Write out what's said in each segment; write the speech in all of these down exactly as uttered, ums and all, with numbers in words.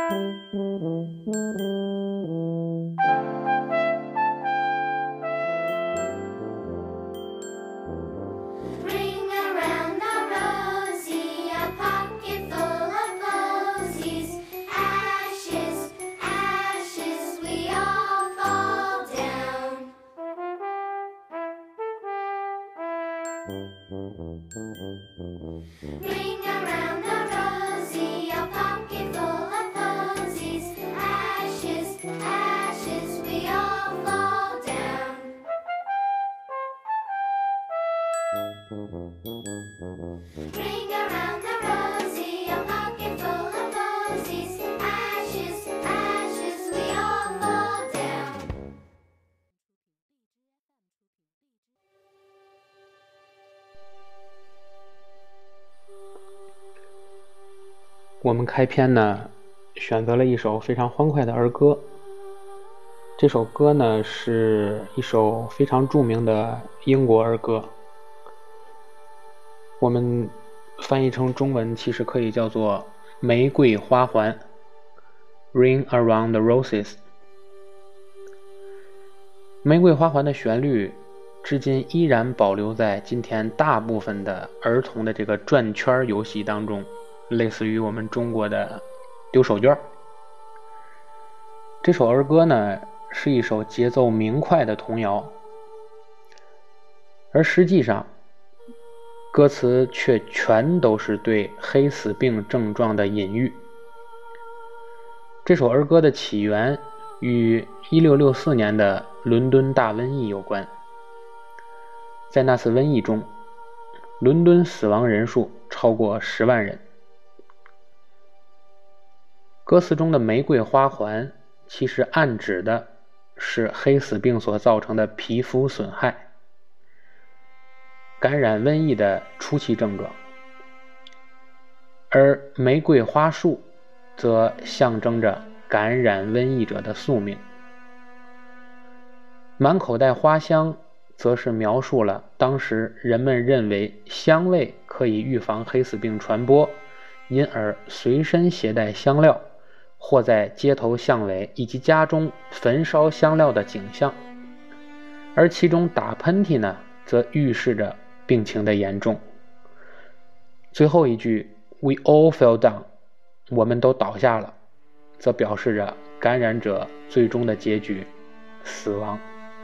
Ring around the rosy, a pocket full of posies. Ashes, ashes, we all fall down. Ring around the rosy, a pocket full of posies. Ashes, ashes, we all fall down. 我们开篇呢，选择了一首非常欢快的儿歌。这首歌呢，是一首非常著名的英国儿歌。我们翻译成中文，其实可以叫做《玫瑰花环》 Ring Around the Roses。玫瑰花环的旋律至今依然保留在今天大部分的儿童的这个转圈游戏当中，类似于我们中国的丢手绢。这首儿歌呢，是一首节奏明快的童谣，而实际上歌词却全都是对黑死病症状的隐喻。这首儿歌的起源与一六六四年的伦敦大瘟疫有关。在那次瘟疫中，伦敦死亡人数超过十万人。歌词中的玫瑰花环其实暗指的是黑死病所造成的皮肤损害，感染瘟疫的初期症状，而玫瑰花束则象征着感染瘟疫者的宿命。满口袋花香则是描述了当时人们认为香味可以预防黑死病传播，因而随身携带香料或在街头巷尾以及家中焚烧香料的景象。而其中打喷嚏呢，则预示着病情的严重。最后一句 We all fell down， 我们都倒下了，则表示着感染者最终的结局，死亡。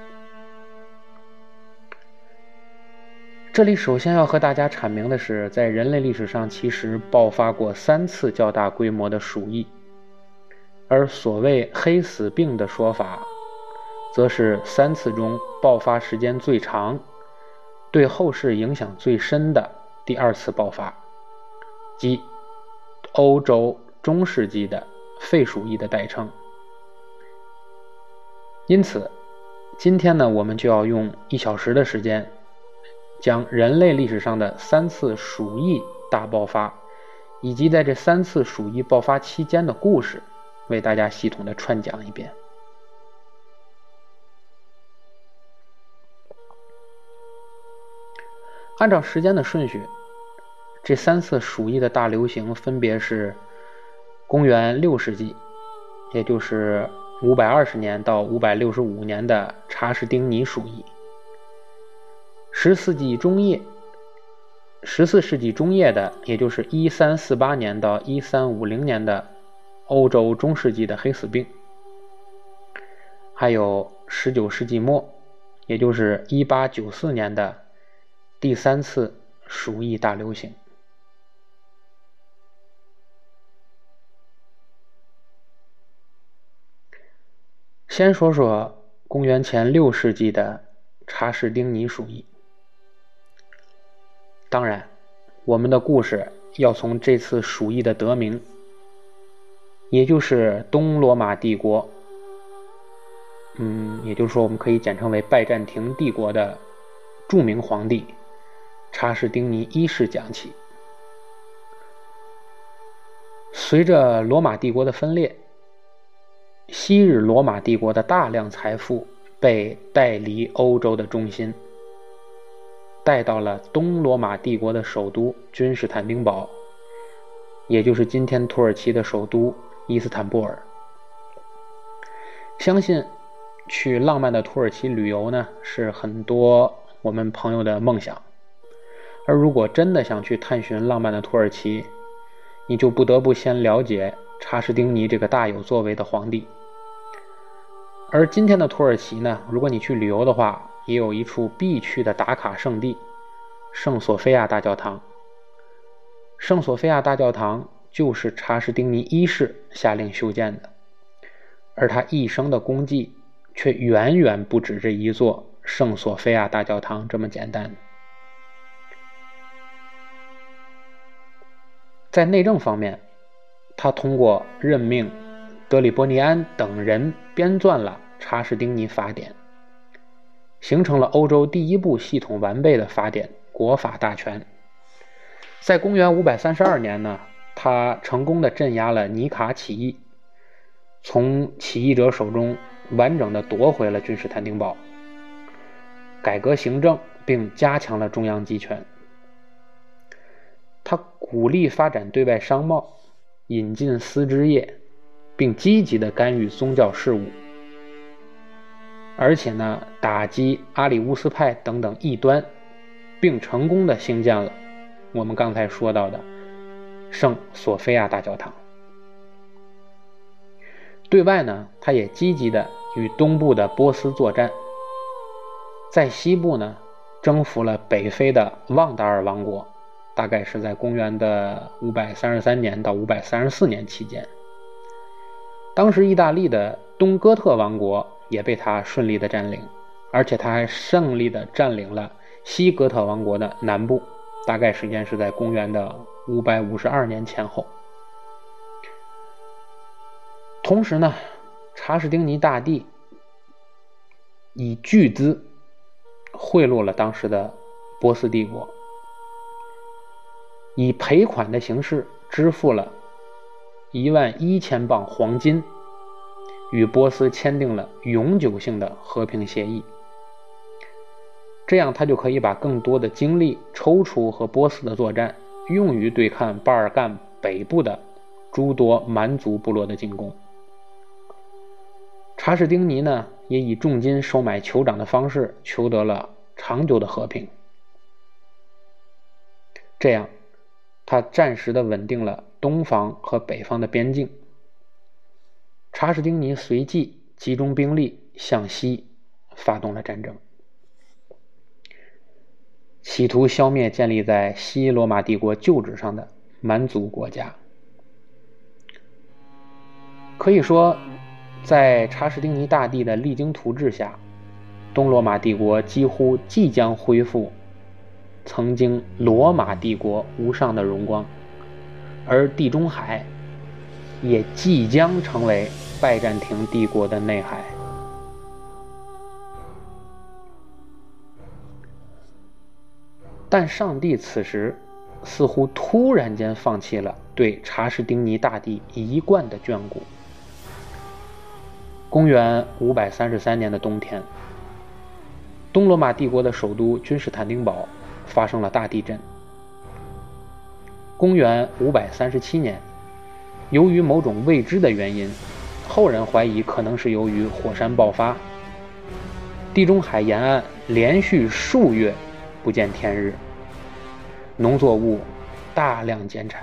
这里首先要和大家阐明的是，在人类历史上其实爆发过三次较大规模的鼠疫，而所谓黑死病的说法，则是三次中爆发时间最长，对后世影响最深的第二次爆发，即欧洲中世纪的肺鼠疫的代称。因此今天呢，我们就要用一小时的时间，将人类历史上的三次鼠疫大爆发，以及在这三次鼠疫爆发期间的故事，为大家系统的串讲一遍。按照时间的顺序，这三次鼠疫的大流行分别是公元六世纪，也就是五百二十年到五百六十五年的查士丁尼鼠疫，十四世纪中叶十四世纪中叶的，也就是一三四八年到一三五零年的欧洲中世纪的黑死病，还有十九世纪末，也就是一八九四年的第三次鼠疫大流行。先说说公元前六世纪的查士丁尼鼠疫。当然，我们的故事要从这次鼠疫的得名，也就是东罗马帝国，嗯，也就是说我们可以简称为拜占庭帝国的著名皇帝查士丁尼一世讲起。随着罗马帝国的分裂，昔日罗马帝国的大量财富被带离欧洲的中心，带到了东罗马帝国的首都君士坦丁堡，也就是今天土耳其的首都伊斯坦布尔。相信去浪漫的土耳其旅游呢，是很多我们朋友的梦想。而如果真的想去探寻浪漫的土耳其，你就不得不先了解查士丁尼这个大有作为的皇帝。而今天的土耳其呢，如果你去旅游的话，也有一处必去的打卡圣地——圣索菲亚大教堂。圣索菲亚大教堂就是查士丁尼一世下令修建的，而他一生的功绩却远远不止这一座圣索菲亚大教堂这么简单。在内政方面，他通过任命德里波尼安等人编撰了查士丁尼法典，形成了欧洲第一部系统完备的法典国法大全。在公元五百三十二年呢，他成功的镇压了尼卡起义，从起义者手中完整的夺回了君士坦丁堡，改革行政并加强了中央集权。他鼓励发展对外商贸，引进丝织业，并积极的干预宗教事务，而且呢，打击阿里乌斯派等等异端，并成功的兴建了我们刚才说到的圣索菲亚大教堂。对外呢，他也积极的与东部的波斯作战，在西部呢，征服了北非的旺达尔王国，大概是在公元的五百三十三年到五百三十四年期间。当时意大利的东哥特王国也被他顺利的占领，而且他还胜利的占领了西哥特王国的南部，大概时间是在公元的五百五十二年前后。同时呢，查士丁尼大帝以巨资贿赂了当时的波斯帝国，以赔款的形式支付了一万一千磅黄金，与波斯签订了永久性的和平协议。这样他就可以把更多的精力抽出和波斯的作战，用于对抗巴尔干北部的诸多蛮族部落的进攻。查士丁尼呢，也以重金收买酋长的方式求得了长久的和平。这样他暂时的稳定了东方和北方的边境。查士丁尼随即集中兵力向西发动了战争，企图消灭建立在西罗马帝国旧址上的蛮族国家。可以说，在查士丁尼大帝的励精图治下，东罗马帝国几乎即将恢复曾经罗马帝国无上的荣光，而地中海也即将成为拜占庭帝国的内海。但上帝此时似乎突然间放弃了对查士丁尼大帝一贯的眷顾。公元五百三十三年的冬天，东罗马帝国的首都君士坦丁堡发生了大地震。公元五百三十七年，由于某种未知的原因，后人怀疑可能是由于火山爆发，地中海沿岸连续数月不见天日，农作物大量减产。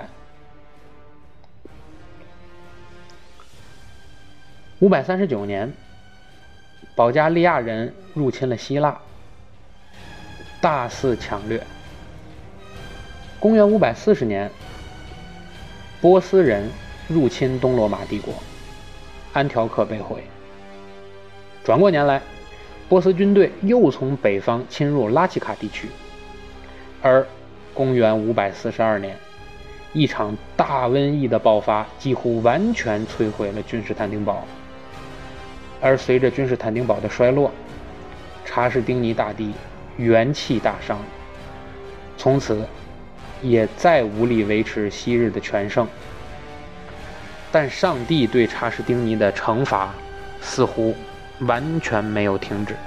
五百三十九年，保加利亚人入侵了希腊，大肆抢掠。公元五百四十年，波斯人入侵东罗马帝国，安条克被毁。转过年来，波斯军队又从北方侵入拉齐卡地区，而公元五百四十二年，一场大瘟疫的爆发几乎完全摧毁了君士坦丁堡。而随着君士坦丁堡的衰落，查士丁尼大帝元气大伤，从此也再无力维持昔日的全盛。但上帝对查士丁尼的惩罚似乎完全没有停止。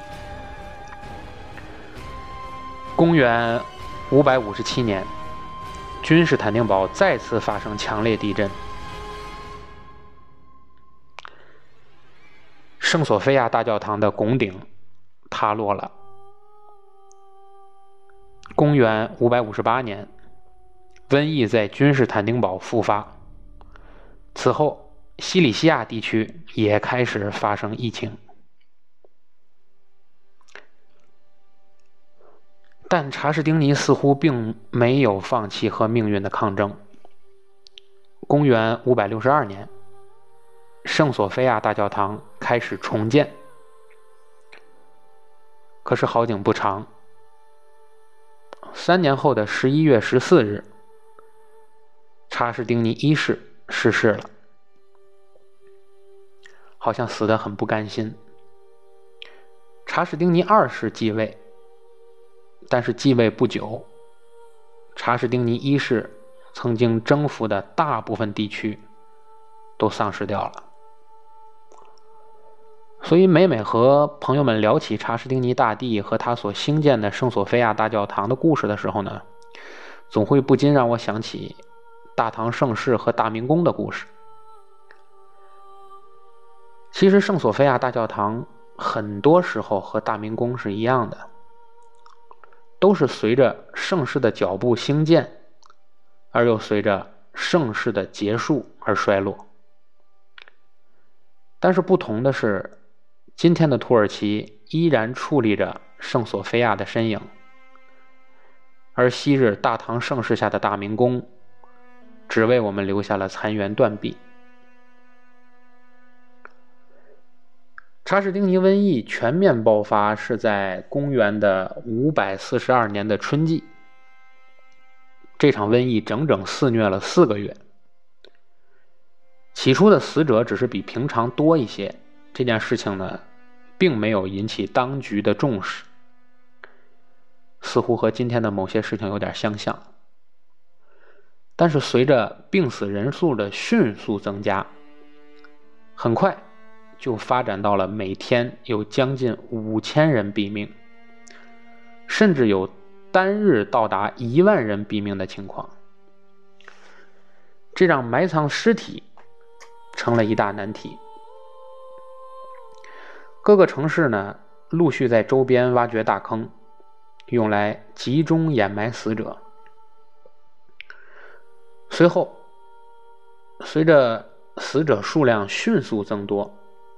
公元五百五十七年，君士坦丁堡再次发生强烈地震， 圣索菲亚大教堂的拱顶塌落了。公元五百五十八年，瘟疫在君士坦丁堡复发，此后西里西亚地区也开始发生疫情。但查士丁尼似乎并没有放弃和命运的抗争。公元五百六十二年，圣索菲亚大教堂开始重建。可是好景不长，三年后的十一月十四日，查士丁尼一世逝世了，好像死得很不甘心。查士丁尼二世继位，但是继位不久，查士丁尼一世曾经征服的大部分地区都丧失掉了。所以每每和朋友们聊起查士丁尼大帝和他所兴建的圣索菲亚大教堂的故事的时候呢，总会不禁让我想起大唐盛世和大明宫的故事。其实圣索菲亚大教堂很多时候和大明宫是一样的，都是随着盛世的脚步兴建，而又随着盛世的结束而衰落。但是不同的是，今天的土耳其依然矗立着圣索菲亚的身影，而昔日大唐盛世下的大明宫只为我们留下了残垣断壁。查士丁尼瘟疫全面爆发是在公元的五百四十二年的春季，这场瘟疫整整肆虐了四个月。起初的死者只是比平常多一些，这件事情呢，并没有引起当局的重视，似乎和今天的某些事情有点相像。但是随着病死人数的迅速增加，很快就发展到了每天有将近五千人毙命，甚至有单日到达一万人毙命的情况。这让埋藏尸体成了一大难题。各个城市呢，陆续在周边挖掘大坑，用来集中掩埋死者。随后，随着死者数量迅速增多，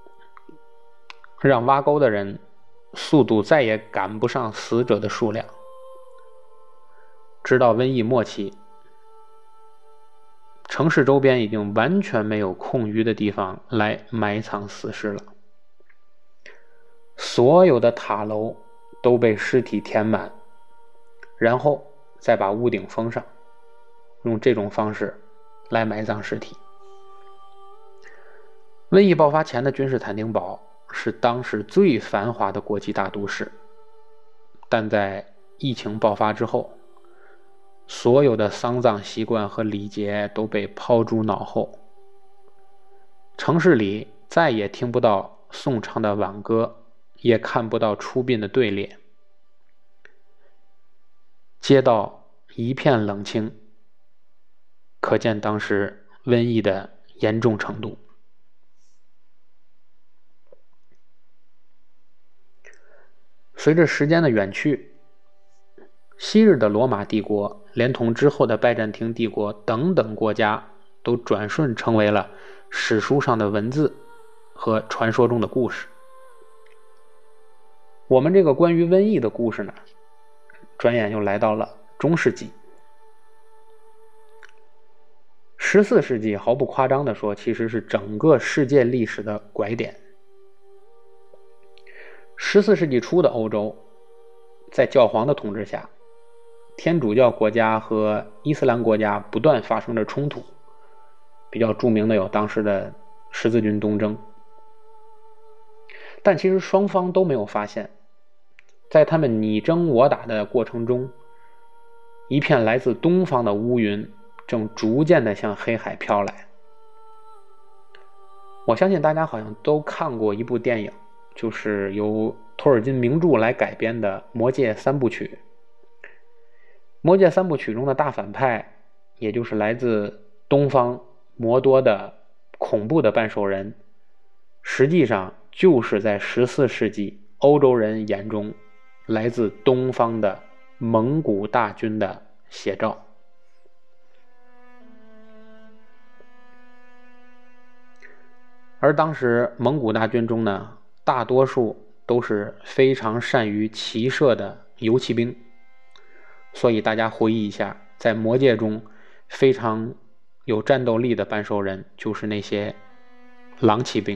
让挖沟的人速度再也赶不上死者的数量。直到瘟疫末期，城市周边已经完全没有空余的地方来埋藏死尸了。所有的塔楼都被尸体填满，然后再把屋顶封上，用这种方式来埋葬尸体。瘟疫爆发前的君士坦丁堡是当时最繁华的国际大都市，但在疫情爆发之后，所有的丧葬习惯和礼节都被抛诸脑后，城市里再也听不到颂唱的挽歌，也看不到出殡的队列，街道一片冷清，可见当时瘟疫的严重程度。随着时间的远去，昔日的罗马帝国连同之后的拜占庭帝国等等国家都转瞬成为了史书上的文字和传说中的故事。我们这个关于瘟疫的故事呢，转眼又来到了中世纪。十四世纪毫不夸张地说，其实是整个世界历史的拐点。十四世纪初的欧洲，在教皇的统治下，天主教国家和伊斯兰国家不断发生着冲突，比较著名的有当时的十字军东征。但其实双方都没有发现，在他们你争我打的过程中，一片来自东方的乌云正逐渐地向黑海飘来。我相信大家好像都看过一部电影，就是由托尔金名著来改编的《魔戒三部曲》。《魔戒三部曲》中的大反派，也就是来自东方摩多的恐怖的半兽人，实际上就是在十四世纪欧洲人眼中来自东方的蒙古大军的写照。而当时蒙古大军中呢，大多数都是非常善于骑射的游骑兵，所以大家回忆一下，在魔戒中非常有战斗力的半兽人就是那些狼骑兵。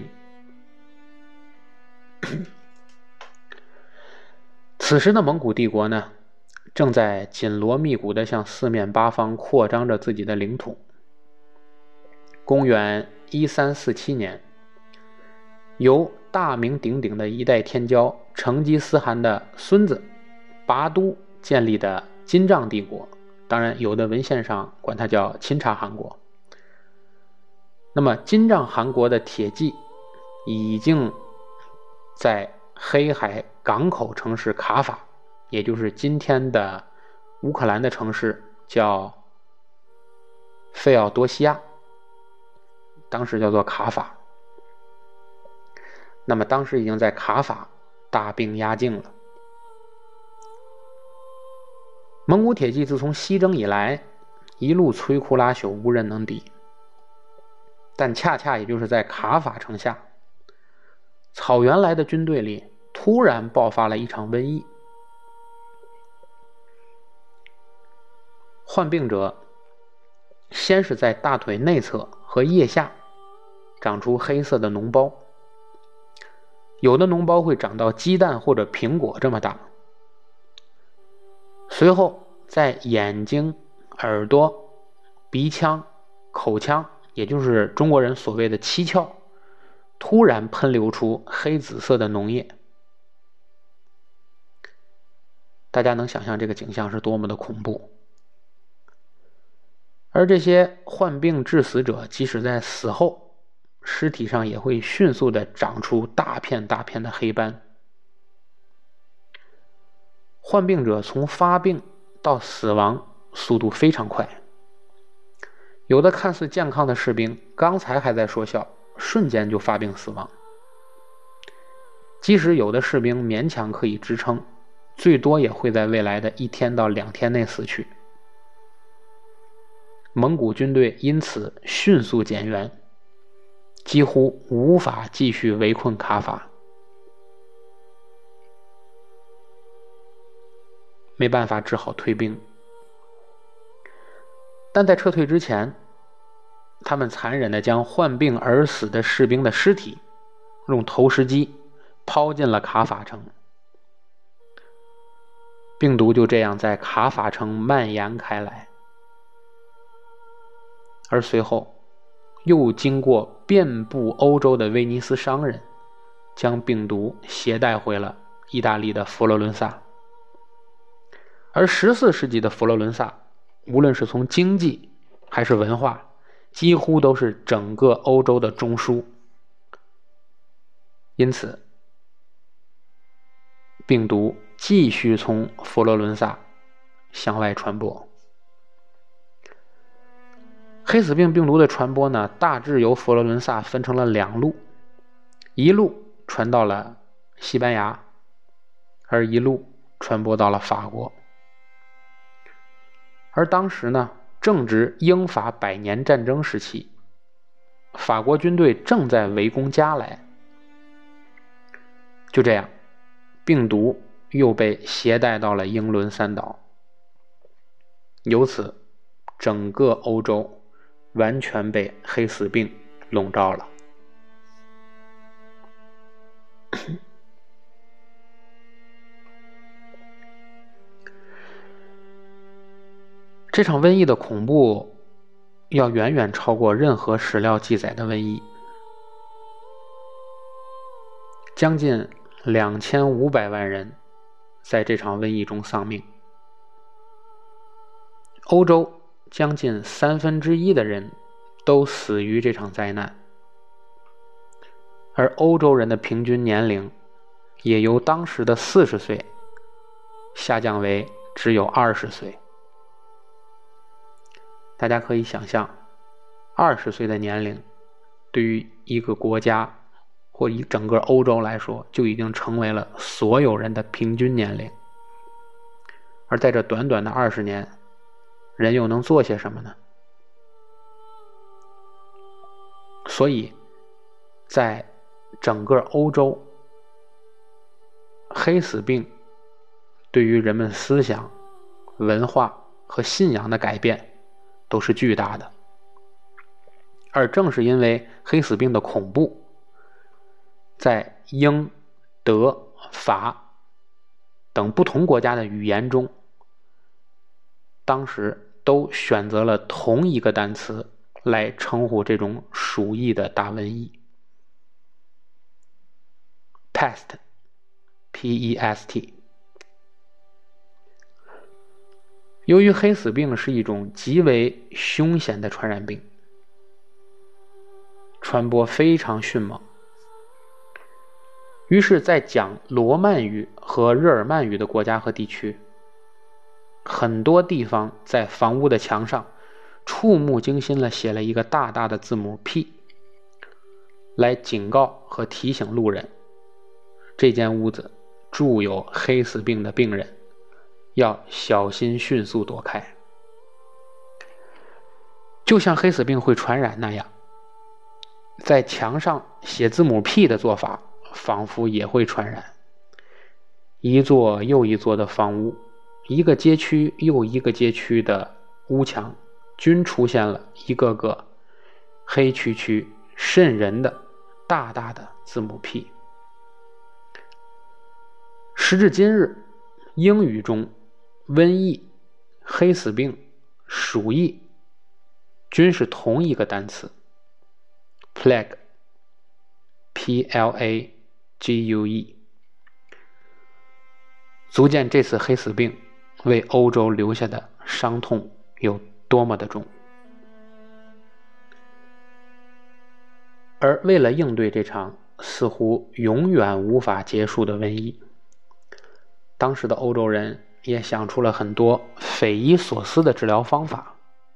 此时的蒙古帝国呢，正在紧锣密鼓地向四面八方扩张着自己的领土。公元一三四七年，由大名鼎鼎的一代天骄成吉思汗的孙子拔都建立的金帐帝国，当然有的文献上管它叫钦察汗国。那么金帐汗国的铁骑已经在黑海港口城市卡法，也就是今天的乌克兰的城市叫费奥多西亚，当时叫做卡法。那么当时已经在卡法大兵压境了。蒙古铁骑自从西征以来，一路摧枯拉朽，无人能敌。但恰恰也就是在卡法城下，草原来的军队里突然爆发了一场瘟疫。患病者先是在大腿内侧和腋下长出黑色的脓包，有的脓包会长到鸡蛋或者苹果这么大，随后在眼睛、耳朵、鼻腔、口腔，也就是中国人所谓的七窍，突然喷流出黑紫色的脓液。大家能想象这个景象是多么的恐怖。而这些患病致死者即使在死后，尸体上也会迅速地长出大片大片的黑斑。患病者从发病到死亡速度非常快，有的看似健康的士兵刚才还在说笑，瞬间就发病死亡。即使有的士兵勉强可以支撑，最多也会在未来的一天到两天内死去。蒙古军队因此迅速减员，几乎无法继续围困卡法。没办法，只好退兵。但在撤退之前，他们残忍地将患病而死的士兵的尸体用投石机抛进了卡法城。病毒就这样在卡法城蔓延开来，而随后又经过遍布欧洲的威尼斯商人，将病毒携带回了意大利的佛罗伦萨。而十四世纪的佛罗伦萨，无论是从经济还是文化，几乎都是整个欧洲的中枢。因此，病毒继续从佛罗伦萨向外传播。黑死病病毒的传播呢，大致由佛罗伦萨分成了两路，一路传到了西班牙，而一路传播到了法国。而当时呢，正值英法百年战争时期，法国军队正在围攻加莱。就这样，病毒又被携带到了英伦三岛，由此整个欧洲完全被黑死病笼罩了。这场瘟疫的恐怖要远远超过任何史料记载的瘟疫，将近两千五百万人在这场瘟疫中丧命。欧洲将近三分之一的人都死于这场灾难，而欧洲人的平均年龄也由当时的四十岁下降为只有二十岁。大家可以想象，二十岁的年龄对于一个国家或以整个欧洲来说，就已经成为了所有人的平均年龄。而在这短短的二十年，人又能做些什么呢？所以在整个欧洲，黑死病对于人们思想、文化和信仰的改变都是巨大的。而正是因为黑死病的恐怖，在英、德、法等不同国家的语言中，当时都选择了同一个单词来称呼这种鼠疫的大瘟疫 Pest P E S T。 由于黑死病是一种极为凶险的传染病，传播非常迅猛，于是在讲罗曼语和日耳曼语的国家和地区，很多地方在房屋的墙上触目惊心地写了一个大大的字母 P， 来警告和提醒路人，这间屋子住有黑死病的病人，要小心迅速躲开。就像黑死病会传染那样，在墙上写字母 P 的做法仿佛也会传染。一座又一座的房屋，一个街区又一个街区的屋墙，均出现了一个个黑黢黢瘆人的大大的字母 P。 时至今日，英语中瘟疫、黑死病、鼠疫均是同一个单词 Plague P L A G U E， 足见这次黑死病为欧洲留下的伤痛有多么的重。而为了应对这场似乎永远无法结束的瘟疫，当时的欧洲人也想出了很多匪夷所思的治疗方法，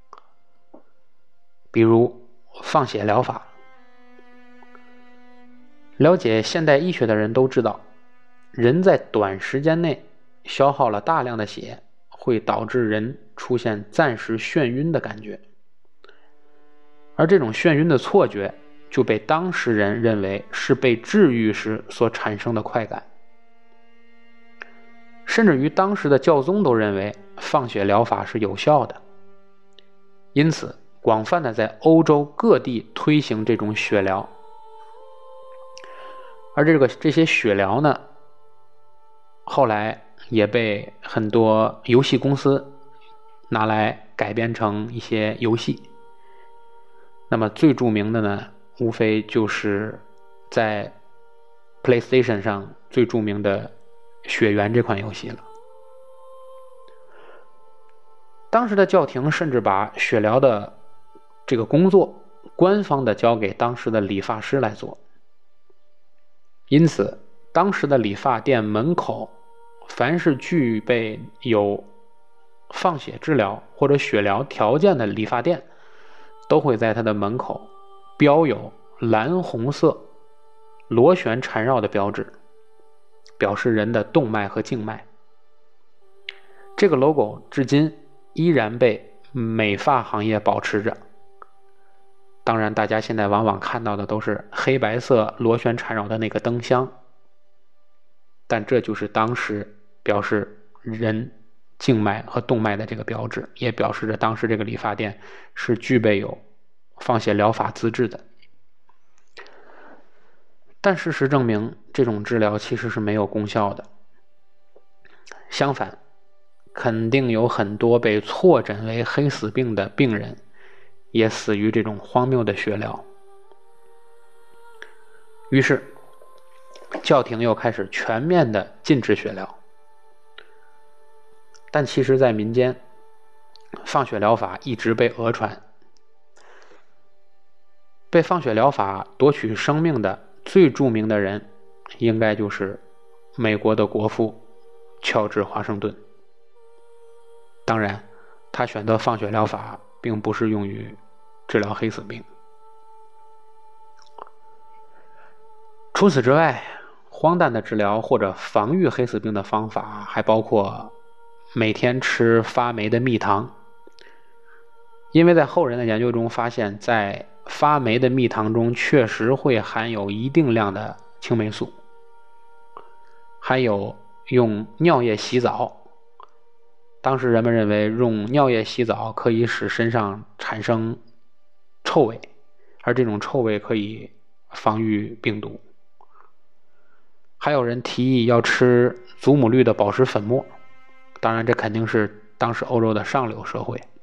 比如放血疗法。了解现代医学的人都知道，人在短时间内消耗了大量的血，会导致人出现暂时眩晕的感觉，而这种眩晕的错觉就被当时人认为是被治愈时所产生的快感。甚至于当时的教宗都认为放血疗法是有效的，因此广泛的在欧洲各地推行这种血疗。而这个这些血疗呢，后来也被很多游戏公司拿来改编成一些游戏。那么最著名的呢，无非就是在 PlayStation 上最著名的血缘这款游戏了。当时的教廷甚至把血疗的这个工作官方的交给当时的理发师来做，因此当时的理发店门口，凡是具备有放血治疗或者血疗条件的理发店，都会在它的门口标有蓝红色螺旋缠绕的标志，表示人的动脉和静脉。这个 logo 至今依然被美发行业保持着。当然大家现在往往看到的都是黑白色螺旋缠绕的那个灯箱，但这就是当时表示人静脉和动脉的这个标志，也表示着当时这个理发店是具备有放血疗法资质的。但事实证明，这种治疗其实是没有功效的。相反，肯定有很多被错诊为黑死病的病人也死于这种荒谬的血疗。于是教廷又开始全面的禁止血疗。但其实在民间，放血疗法一直被讹传。被放血疗法夺取生命的最著名的人，应该就是美国的国父乔治·华盛顿。当然，他选择放血疗法并不是用于治疗黑死病。 除此之外，荒诞的治疗或者防御黑死病的方法还包括每天吃发霉的蜜糖，因为在后人的研究中发现，在发霉的蜜糖中确实会含有一定量的青霉素。还有用尿液洗澡，当时人们认为用尿液洗澡可以使身上产生臭味，而这种臭味可以防御病毒。还有人提议要吃祖母绿的宝石粉末，当然这肯定是当时欧洲的上流社会。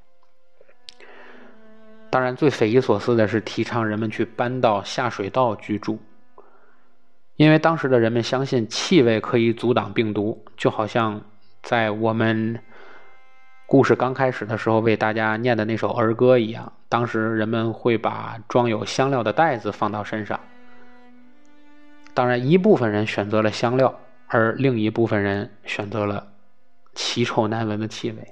当然最匪夷所思的是提倡人们去搬到下水道居住，因为当时的人们相信气味可以阻挡病毒，就好像在我们故事刚开始的时候为大家念的那首儿歌一样，当时人们会把装有香料的袋子放到身上。当然一部分人选择了香料，而另一部分人选择了奇臭难闻的气味。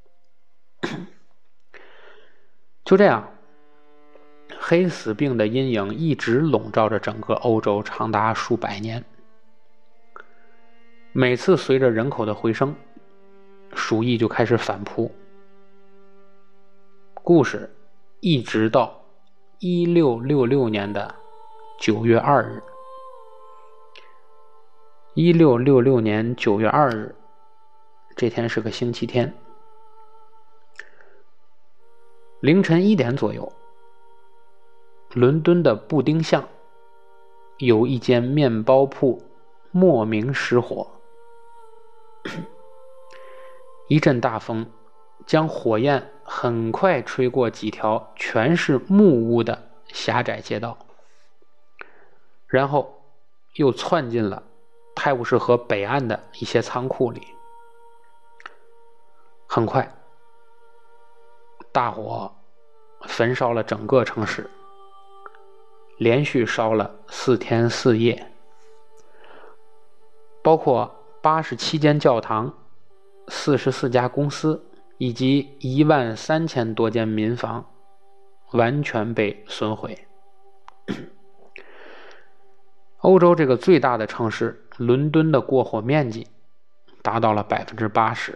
就这样，黑死病的阴影一直笼罩着整个欧洲长达数百年。每次随着人口的回升，鼠疫就开始反扑。故事一直到一六六六年的九月二日。一六六六年九月二日，这天是个星期天。凌晨一点左右，伦敦的布丁巷有一间面包铺莫名失火，一阵大风将火焰很快吹过几条全是木屋的狭窄街道，然后又窜进了泰晤士河北岸的一些仓库里。很快，大火焚烧了整个城市，连续烧了四天四夜，包括八十七间教堂、四十四家公司以及一万三千多间民房，完全被损毁。欧洲这个最大的城市伦敦的过火面积达到了 百分之八十，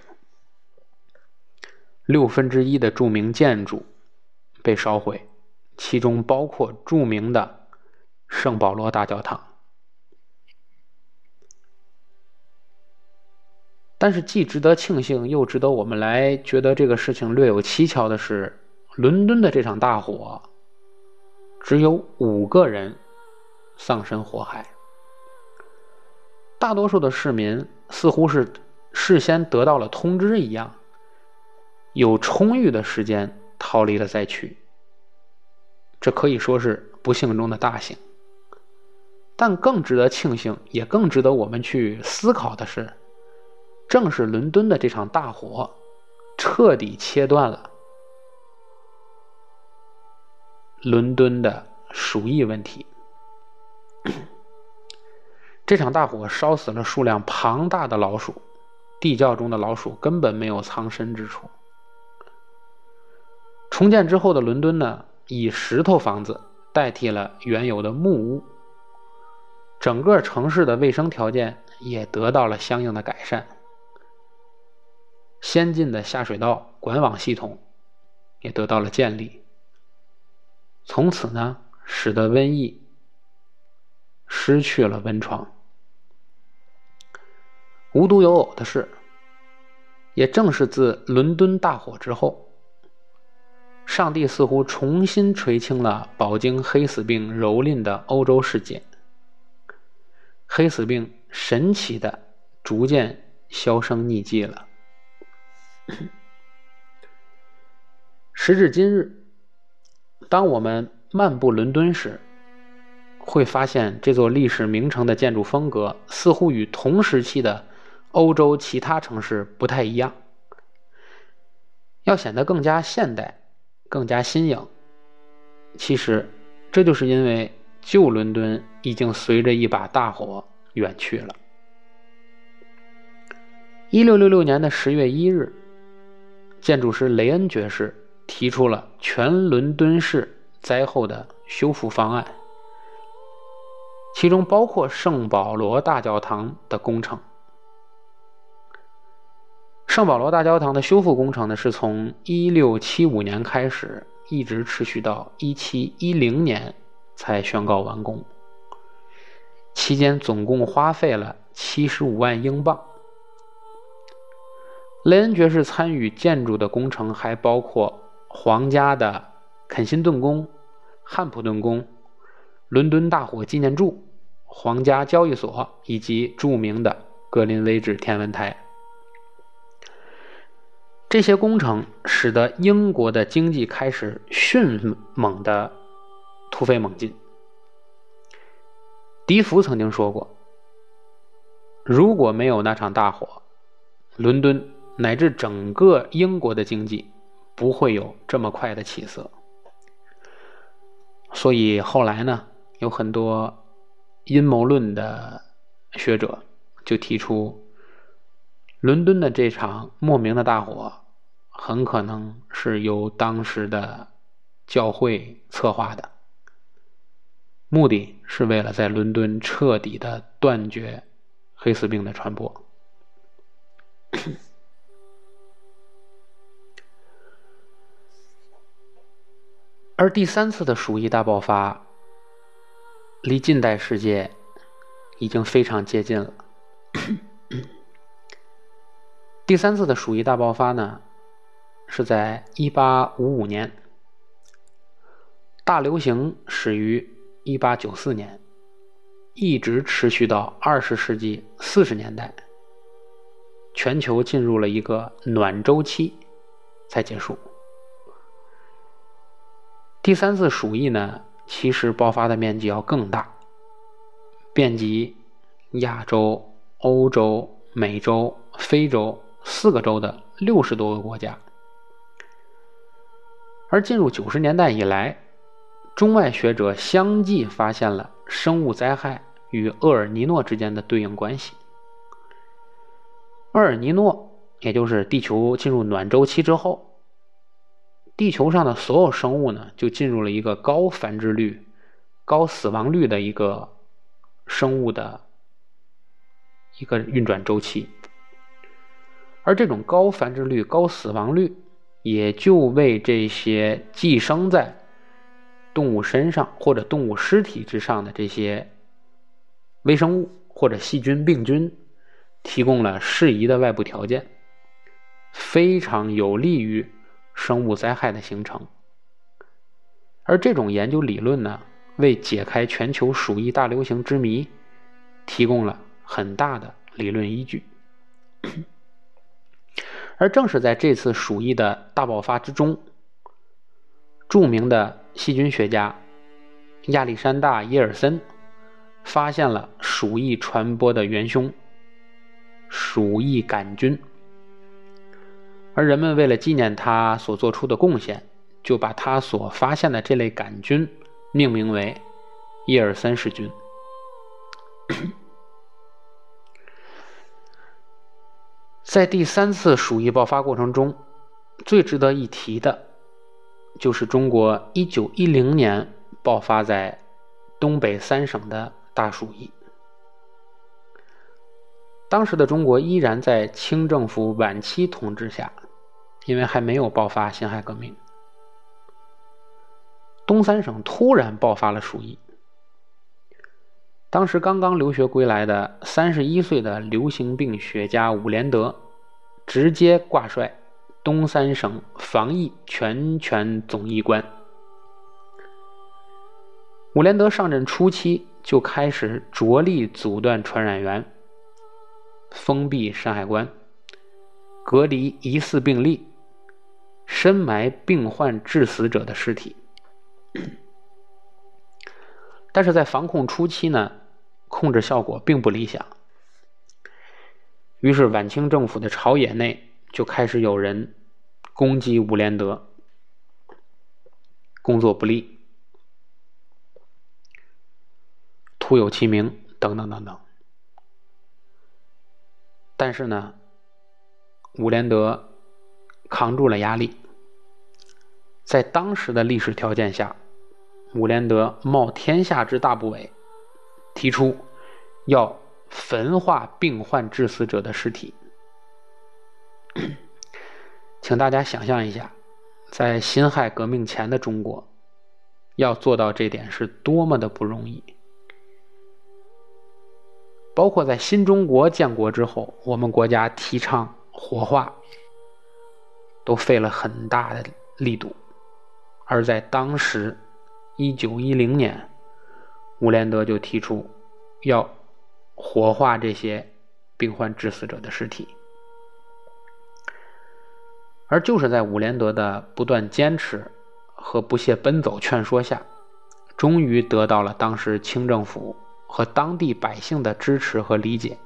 六分之一的著名建筑被烧毁，其中包括著名的圣保罗大教堂。但是既值得庆幸又值得我们来觉得这个事情略有蹊跷的是，伦敦的这场大火只有五个人丧身火海。大多数的市民似乎是事先得到了通知一样，有充裕的时间逃离了灾区，这可以说是不幸中的大幸。但更值得庆幸也更值得我们去思考的是，正是伦敦的这场大火彻底切断了伦敦的鼠疫问题。这场大火烧死了数量庞大的老鼠，地窖中的老鼠根本没有藏身之处。重建之后的伦敦呢，以石头房子代替了原有的木屋，整个城市的卫生条件也得到了相应的改善，先进的下水道管网系统也得到了建立，从此呢，使得瘟疫失去了温床。无独有偶的是，也正是自伦敦大火之后，上帝似乎重新垂青了饱经黑死病蹂躏的欧洲世界，黑死病神奇的逐渐销声匿迹了。时至今日，当我们漫步伦敦时，会发现这座历史名城的建筑风格似乎与同时期的欧洲其他城市不太一样，要显得更加现代，更加新颖。其实这就是因为旧伦敦已经随着一把大火远去了。一六六六年的十月一日，建筑师雷恩爵士提出了全伦敦市灾后的修复方案。 其中包括圣保罗大教堂的工程。圣保罗大教堂的修复工程呢，是从一六七五年开始，一直持续到一七一零年才宣告完工，期间总共花费了七十五万英镑。雷恩爵士参与建筑的工程还包括皇家的肯辛顿宫、汉普顿宫、伦敦大火纪念柱、皇家交易所以及著名的格林威治天文台。这些工程使得英国的经济开始迅猛的突飞猛进。笛福曾经说过，如果没有那场大火，伦敦乃至整个英国的经济不会有这么快的起色。所以后来呢，有很多阴谋论的学者就提出，伦敦的这场莫名的大火很可能是由当时的教会策划的，目的是为了在伦敦彻底的断绝黑死病的传播。而第三次的鼠疫大爆发离近代世界已经非常接近了。第三次的鼠疫大爆发呢，是在一八五五年，大流行始于一八九四年，一直持续到二十世纪四十年代，全球进入了一个暖周期才结束。第三次鼠疫呢，其实爆发的面积要更大，遍及亚洲、欧洲、美洲、非洲四个洲的六十多个国家。而进入九十年代以来，中外学者相继发现了生物灾害与厄尔尼诺之间的对应关系。厄尔尼诺也就是地球进入暖周期之后，地球上的所有生物呢，就进入了一个高繁殖率、高死亡率的一个生物的一个运转周期。而这种高繁殖率、高死亡率，也就为这些寄生在动物身上或者动物尸体之上的这些微生物或者细菌、病菌提供了适宜的外部条件，非常有利于生物灾害的形成。而这种研究理论呢，为解开全球鼠疫大流行之谜提供了很大的理论依据。而正是在这次鼠疫的大爆发之中，著名的细菌学家亚历山大·耶尔森发现了鼠疫传播的元凶——鼠疫杆菌。而人们为了纪念他所做出的贡献，就把他所发现的这类杆菌命名为耶尔森氏菌。在第三次鼠疫爆发过程中，最值得一提的就是中国一九一零年爆发在东北三省的大鼠疫。当时的中国依然在清政府晚期统治下，因为还没有爆发辛亥革命。东三省突然爆发了鼠疫，当时刚刚留学归来的三十一岁的流行病学家伍连德直接挂帅东三省防疫全权总医官。伍连德上任初期就开始着力阻断传染源，封闭山海关，隔离疑似病例，深埋病患致死者的尸体。但是在防控初期呢，控制效果并不理想。于是晚清政府的朝野内就开始有人攻击伍连德工作不力、徒有其名等等等等。但是呢，伍连德扛住了压力。在当时的历史条件下，伍连德冒天下之大不韪， 提出要焚化病患致死者的尸体。请大家想象一下，在辛亥革命前的中国，要做到这点是多么的不容易。包括在新中国建国之后，我们国家提倡火化都费了很大的力度，而在当时一九一零年，伍连德就提出要火化这些病患致死者的尸体。而就是在伍连德的不断坚持和不懈奔走劝说下，终于得到了当时清政府和当地百姓的支持和理解。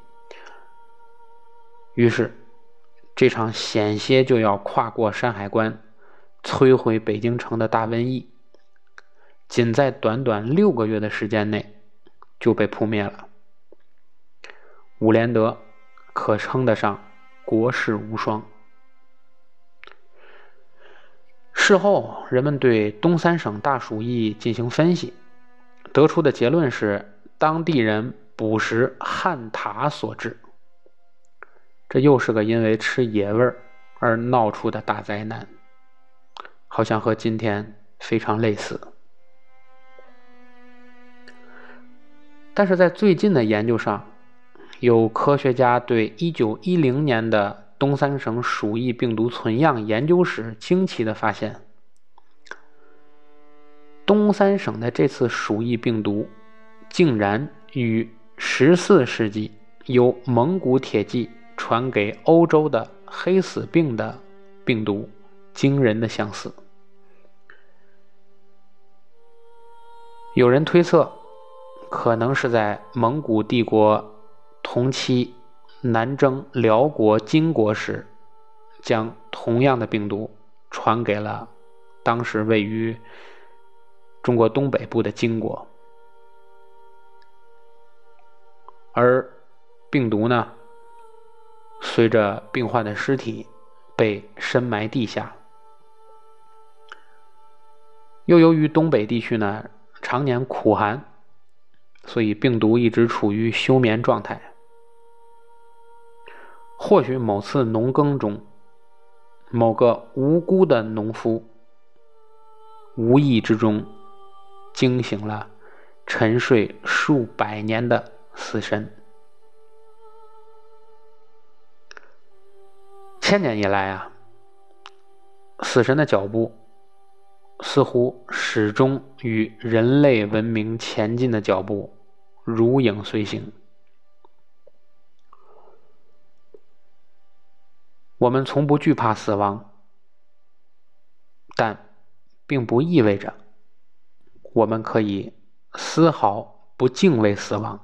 于是这场险些就要跨过山海关摧毁北京城的大瘟疫，仅在短短六个月的时间内就被扑灭了。伍连德可称得上国士无双。事后人们对东三省大鼠疫进行分析，得出的结论是当地人捕食旱獭所致。这又是个因为吃野味而闹出的大灾难，好像和今天非常类似。但是在最近的研究上，有科学家对一九一零年的东三省鼠疫病毒存样研究时惊奇地发现，东三省的这次鼠疫病毒竟然与十四世纪由蒙古铁骑传给欧洲的黑死病的病毒惊人的相似。有人推测，可能是在蒙古帝国同期南征辽国、金国时，将同样的病毒传给了当时位于中国东北部的金国。而病毒呢，随着病患的尸体被深埋地下。又由于东北地区呢常年苦寒，所以病毒一直处于休眠状态。或许某次农耕中，某个无辜的农夫无意之中惊醒了沉睡数百年的死神。千年以来啊，死神的脚步似乎始终与人类文明前进的脚步如影随形。我们从不惧怕死亡，但并不意味着我们可以丝毫不敬畏死亡。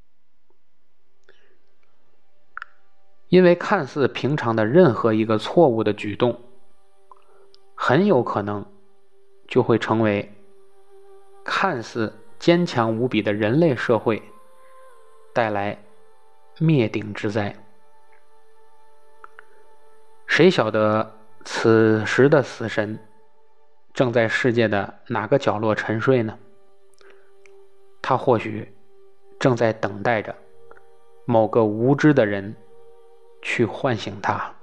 因为看似平常的任何一个错误的举动，很有可能就会成为看似坚强无比的人类社会带来灭顶之灾。谁晓得此时的死神正在世界的哪个角落沉睡呢？他或许正在等待着某个无知的人去唤醒他。